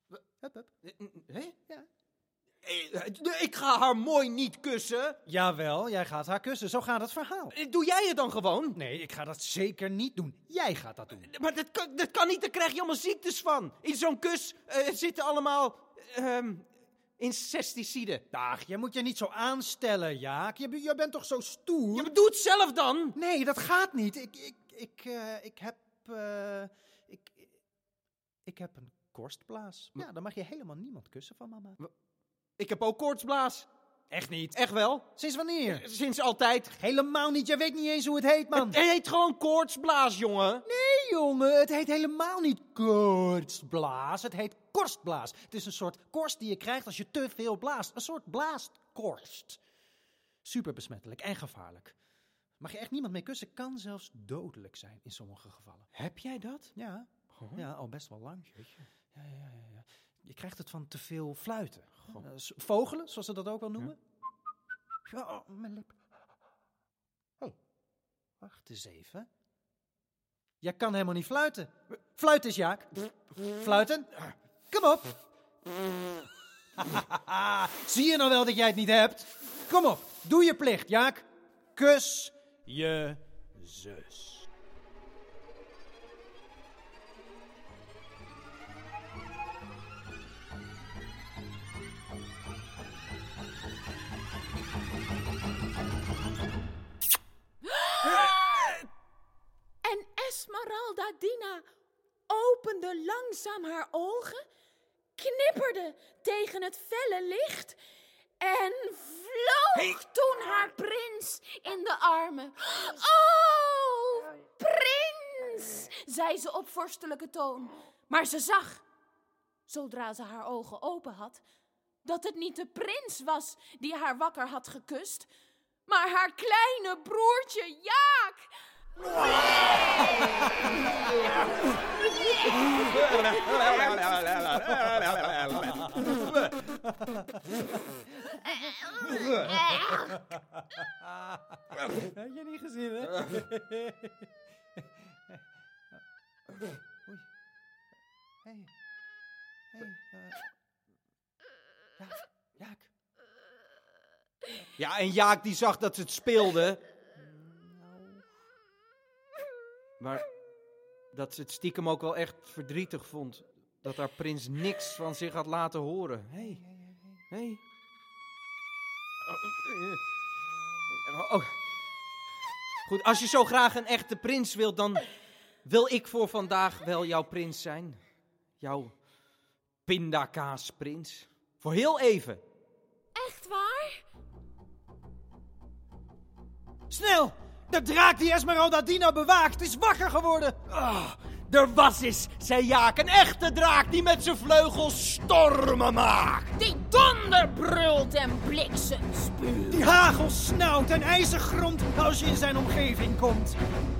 Hup, hup. Hé? Ja. Ik ga haar mooi niet kussen. Jawel, jij gaat haar kussen. Zo gaat het verhaal. Doe jij het dan gewoon? Nee, ik ga dat zeker niet doen. Jij gaat dat doen. Maar dat kan, dat kan niet, daar krijg je allemaal ziektes van. In zo'n kus uh, zitten allemaal uh, insecticiden. Ach, je moet je niet zo aanstellen, Jaak. Je, je bent toch zo stoer? Ja, maar doe het zelf dan. Nee, dat gaat niet. Ik, ik, ik, uh, ik heb... Uh, ik, ik heb een korstblaas. Ja, dan mag je helemaal niemand kussen van mama. Ik heb ook koortsblaas. Echt niet? Echt wel. Sinds wanneer? Sinds altijd. Helemaal niet. Jij weet niet eens hoe het heet, man. Het heet gewoon koortsblaas, jongen. Nee, jongen. Het heet helemaal niet koortsblaas. Het heet korstblaas. Het is een soort korst die je krijgt als je te veel blaast. Een soort blaastkorst. Super besmettelijk en gevaarlijk. Mag je echt niemand mee kussen? Kan zelfs dodelijk zijn in sommige gevallen. Heb jij dat? Ja. Oh. Ja, al best wel lang. Ja, ja, ja, ja. Je krijgt het van te veel fluiten. Uh, vogelen, zoals ze dat ook wel noemen. Ja. Oh, mijn lip. Oh, wacht eens even. Jij kan helemaal niet fluiten. Fluit eens, Jaak. Fluiten. Kom op. Zie je nou wel dat jij het niet hebt? Kom op, doe je plicht, Jaak. Kus je zus. En Esmeralda Dina opende langzaam haar ogen, knipperde tegen het felle licht en vloog hey. toen haar prins in de armen. Oh, prins, zei ze op vorstelijke toon. Maar ze zag, zodra ze haar ogen open had, dat het niet de prins was die haar wakker had gekust, maar haar kleine broertje Jaak. Heb je niet gezien, hè? Oei. Hey. Hey. Uh. Jaak. Jaak. Ja, en Jaak die zag dat ze het speelde. Maar dat ze het stiekem ook wel echt verdrietig vond. Dat haar prins niks van zich had laten horen. Hé, hey. hé. Hey. Oh, oh. Goed, als je zo graag een echte prins wilt, dan wil ik voor vandaag wel jouw prins zijn. Jouw pindakaasprins. Voor heel even. Echt waar? Snel! De draak die Esmeralda Dina bewaakt is wakker geworden. Oh, er was eens, zei Jaak, een echte draak die met zijn vleugels stormen maakt. Die donder brult en bliksem spuurt. Die hagel snauwt en ijzer gromt als je in zijn omgeving komt.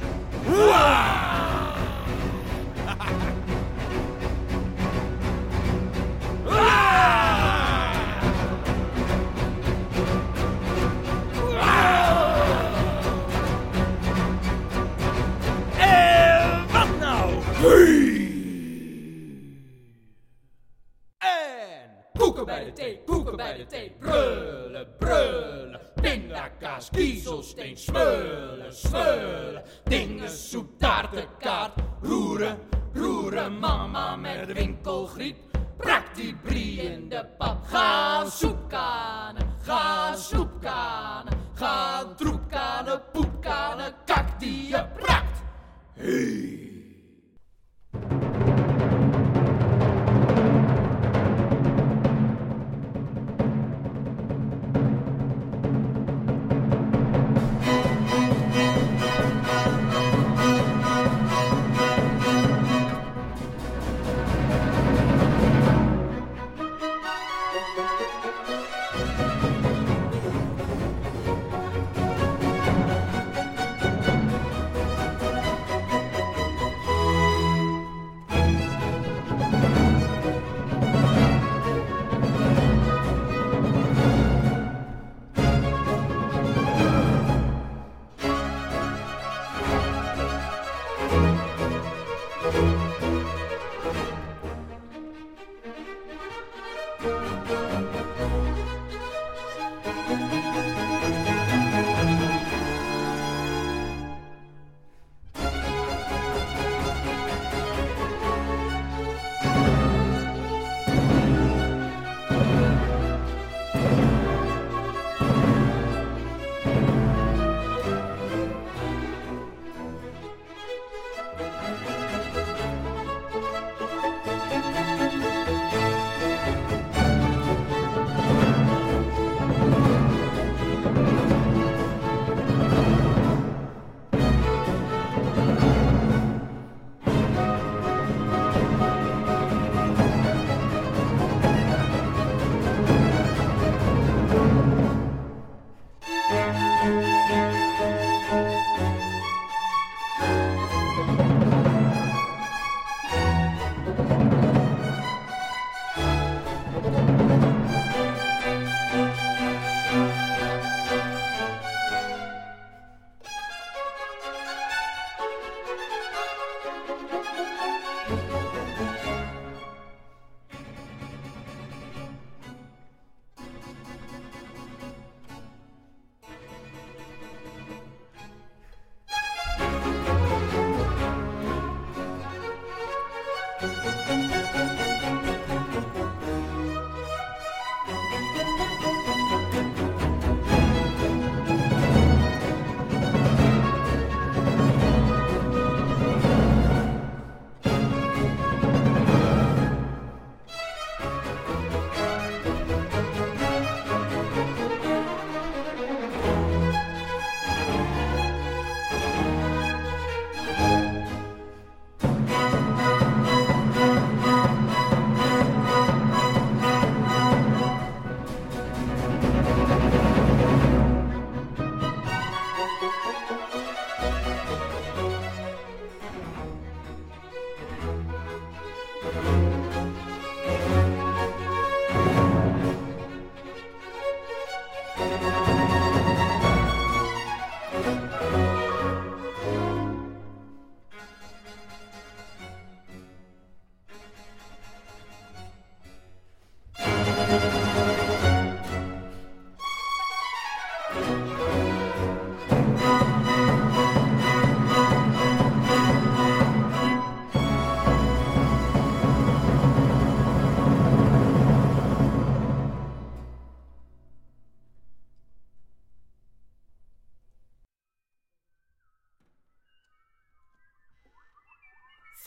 En koeken bij de thee, koeken bij de thee, brullen, brullen, pindakaas, kiezelsteen, smullen, smullen, dingen, soep, taartenkaart, roeren, roeren, mama met de winkelgriet, prak die brie in de pap, gaan soepkanen, gaan soepkanen, gaan troepkanen, poepkanen, kak die je prakt. Hey.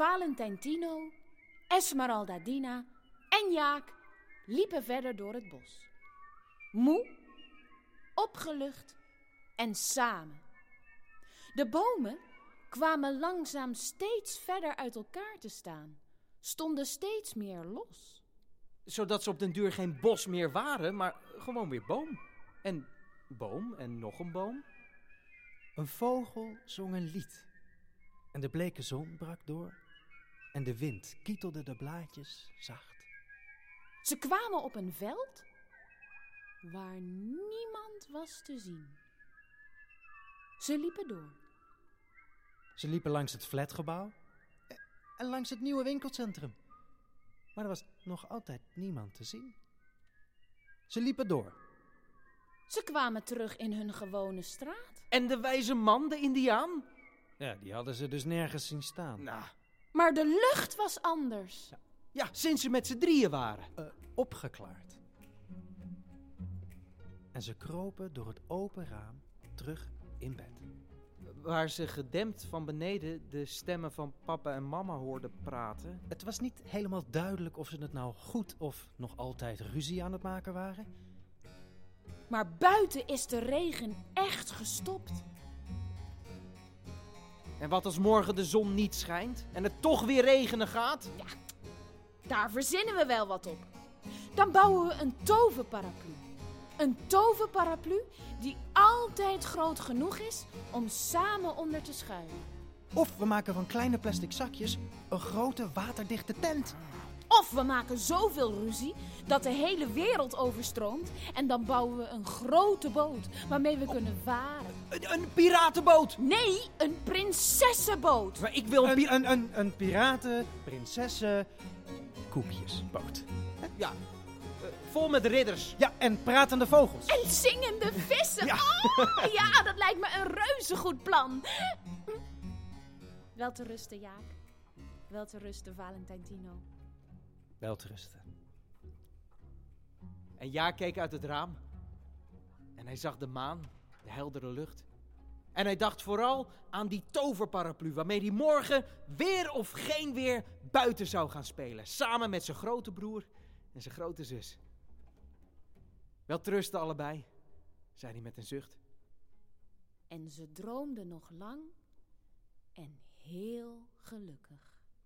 Valentijn Tino, Esmeralda Dina en Jaak liepen verder door het bos. Moe, opgelucht en samen. De bomen kwamen langzaam steeds verder uit elkaar te staan, stonden steeds meer los. Zodat ze op den duur geen bos meer waren, maar gewoon weer boom. En boom en nog een boom. Een vogel zong een lied. En de bleke zon brak door. En de wind kietelde de blaadjes zacht. Ze kwamen op een veld waar niemand was te zien. Ze liepen door. Ze liepen langs het flatgebouw en langs het nieuwe winkelcentrum. Maar er was nog altijd niemand te zien. Ze liepen door. Ze kwamen terug in hun gewone straat. En de wijze man, de Indiaan? Ja, die hadden ze dus nergens zien staan. Nou, Maar de lucht was anders. Ja. ja, sinds ze met z'n drieën waren. Uh, opgeklaard. En ze kropen door het open raam terug in bed. Waar ze gedempt van beneden de stemmen van papa en mama hoorden praten. Het was niet helemaal duidelijk of ze het nou goed of nog altijd ruzie aan het maken waren. Maar buiten is de regen echt gestopt. En wat als morgen de zon niet schijnt en het toch weer regenen gaat? Daar verzinnen we wel wat op. Dan bouwen we een toverparaplu. Een toverparaplu die altijd groot genoeg is om samen onder te schuilen. Of we maken van kleine plastic zakjes een grote waterdichte tent. Of we maken zoveel ruzie dat de hele wereld overstroomt en dan bouwen we een grote boot waarmee we kunnen varen. Een, een piratenboot! Nee, een prinsessenboot. Maar ik wil een, Een, pi- een, een, een piraten, prinsessen, koekjesboot. Ja, eh, vol met ridders. Ja, en pratende vogels. En zingende vissen. Ja. Oh, ja, dat lijkt me een reuze goed plan. Wel te rusten, Jaak. Wel te rusten, Valentijn Tino. Wel te rusten. En Jaak keek uit het raam. En hij zag de maan, de heldere lucht. En hij dacht vooral aan die toverparaplu waarmee hij morgen weer of geen weer buiten zou gaan spelen. Samen met zijn grote broer en zijn grote zus. Wel te rusten allebei, zei hij met een zucht. En ze droomden nog lang en heel gelukkig.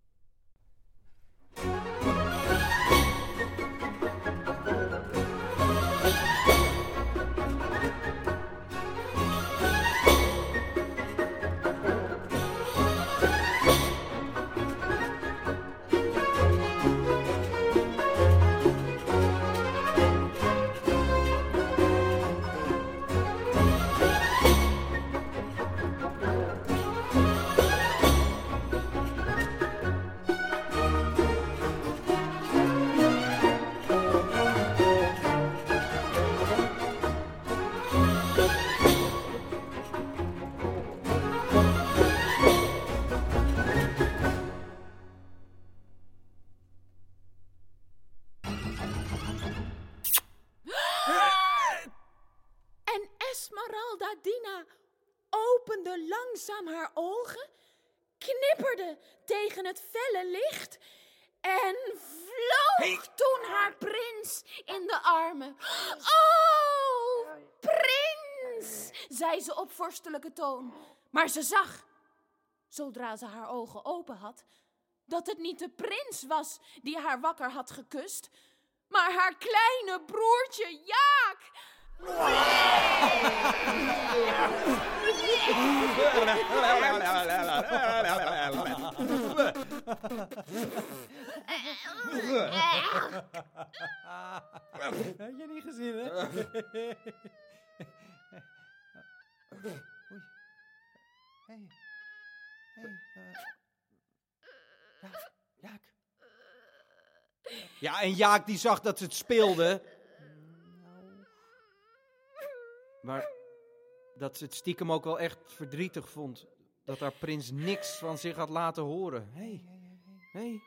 En Esmeralda Dina opende langzaam haar ogen, knipperde tegen het felle licht en vloog toen haar prins in de armen. Oh, prins, zei ze op vorstelijke toon. Maar ze zag, zodra ze haar ogen open had, dat het niet de prins was die haar wakker had gekust, maar haar kleine broertje Jaak. Had je niet gezien, hè? Oei. Hey. Hey. Uh. Ja, Jaak. Ja, en Jaak die zag dat ze het speelde. Maar dat ze het stiekem ook wel echt verdrietig vond. Dat haar prins niks van zich had laten horen. Hé, hey. Hey.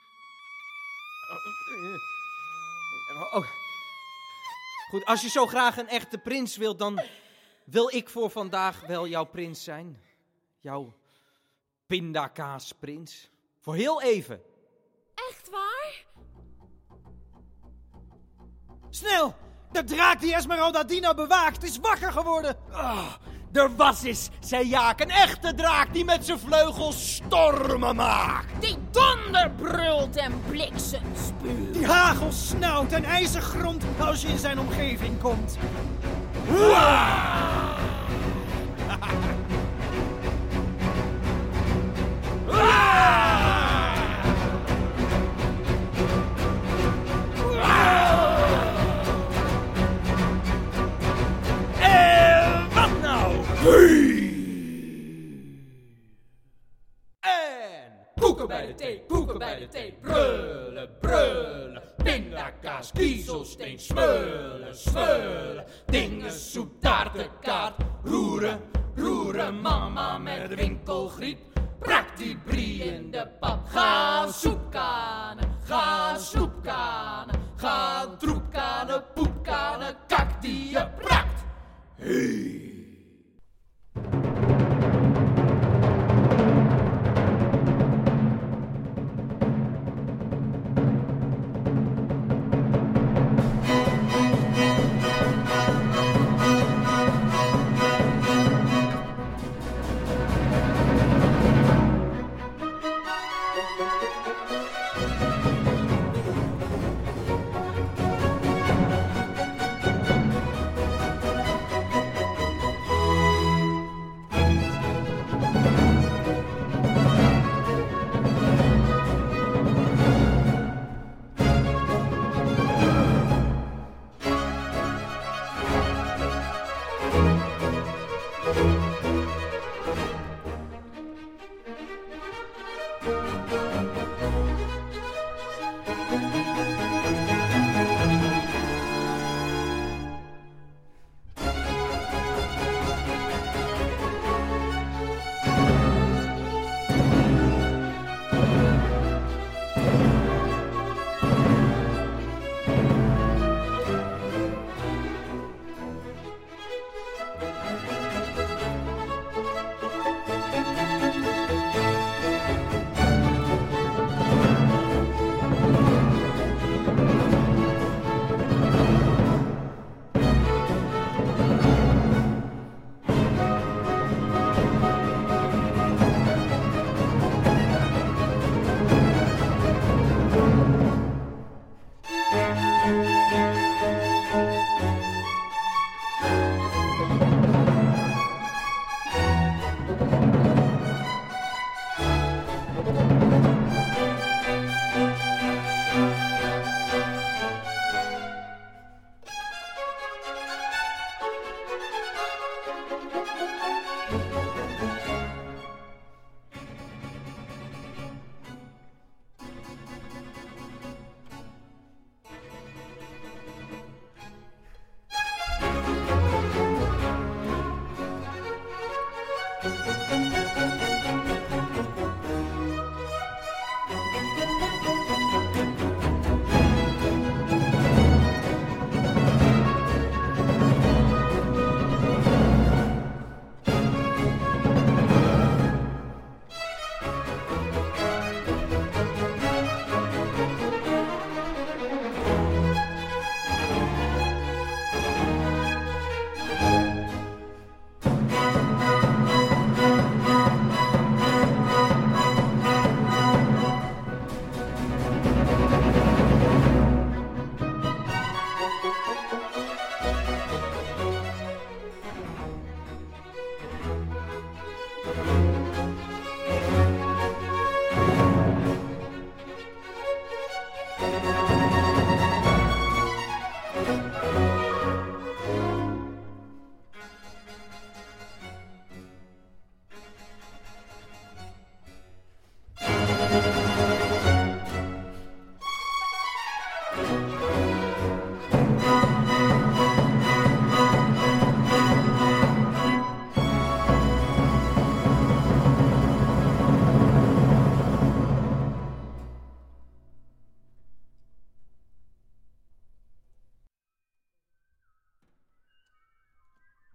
Oh, oh. Goed, als je zo graag een echte prins wilt, dan wil ik voor vandaag wel jouw prins zijn. Jouw pindakaasprins. Voor heel even. Echt waar? Snel! De draak die Esmeralda Dina bewaakt is wakker geworden. Oh, er was eens, zei Jaak, een echte draak die met zijn vleugels stormen maakt. Die donder brult en bliksem spuurt. Die hagel snauwt en ijzer gromt als je in zijn omgeving komt. En wat nou? En koeken bij de thee, koeken bij de thee, brullen, brullen. Pindakaas, kiezelsteen, smullen, smullen. Dingen, soep, taarten, kaart, roeren, roeren. Mama met winkelgriep, brak die brie in de pap. Ga soepkanen, ga snoepkanen, ga troepkanen, poepkanen, kak die je prakt. Hey.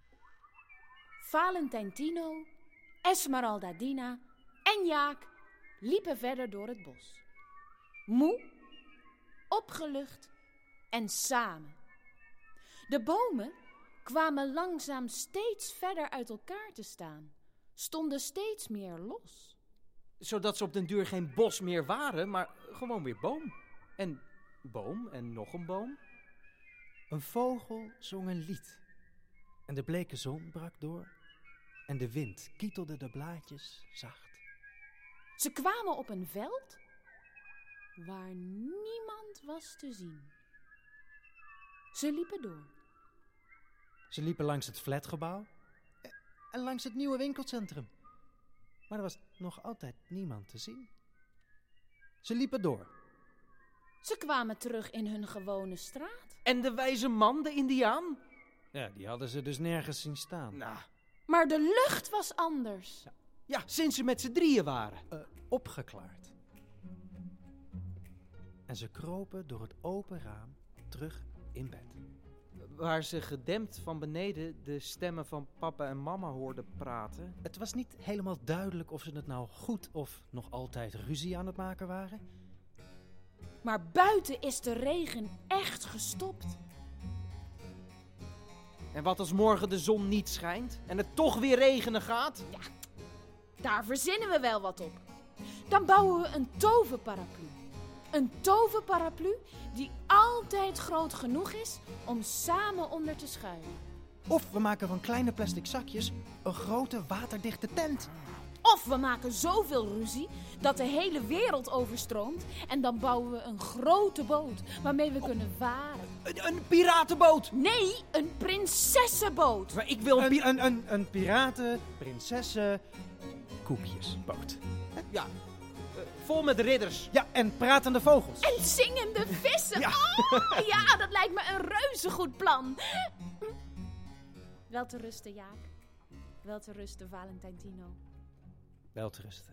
Valentijn Tino, Esmeralda Dina en Jaak liepen verder door het bos. Moe, opgelucht en samen. De bomen kwamen langzaam steeds verder uit elkaar te staan, stonden steeds meer los. Zodat ze op den duur geen bos meer waren, maar gewoon weer boom. En boom en nog een boom. Een vogel zong een lied. En de bleke zon brak door. En de wind kietelde de blaadjes zacht. Ze kwamen op een veld waar niemand was te zien. Ze liepen door. Ze liepen langs het flatgebouw en langs het nieuwe winkelcentrum. Maar er was nog altijd niemand te zien. Ze liepen door. Ze kwamen terug in hun gewone straat. En de wijze man, de Indiaan? Ja, die hadden ze dus nergens zien staan. Nou, Maar de lucht was anders. ja, sinds ze met z'n drieën waren. Uh, opgeklaard. En ze kropen door het open raam terug in bed. Waar ze gedempt van beneden de stemmen van papa en mama hoorden praten. Het was niet helemaal duidelijk of ze het nou goed of nog altijd ruzie aan het maken waren. Maar buiten is de regen echt gestopt. En wat als morgen de zon niet schijnt en het toch weer regenen gaat? Daar verzinnen we wel wat op. Dan bouwen we een toverparaplu. Een toverparaplu die altijd groot genoeg is om samen onder te schuilen. Of we maken van kleine plastic zakjes een grote waterdichte tent. Of we maken zoveel ruzie dat de hele wereld overstroomt en dan bouwen we een grote boot waarmee we kunnen varen. Een, een piratenboot! Nee, een prinsessenboot. Maar ik wil een, Een, pi- een, een, een piraten, prinsessen, koekjesboot. Ja, eh, vol met ridders. Ja, en pratende vogels. En zingende vissen. Ja. Oh, ja, dat lijkt me een reuze goed plan. Wel te rusten, Jaak. Wel te rusten, Valentintino. Welterusten.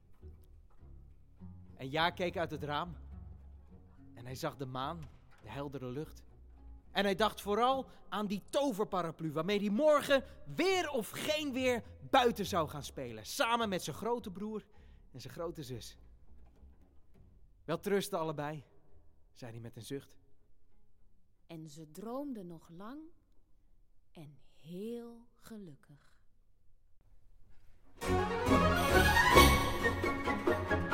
En Jaak keek uit het raam. En hij zag de maan, de heldere lucht. En hij dacht vooral aan die toverparaplu waarmee hij morgen weer of geen weer buiten zou gaan spelen. Samen met zijn grote broer en zijn grote zus. Welterusten allebei, zei hij met een zucht. En ze droomden nog lang en heel gelukkig.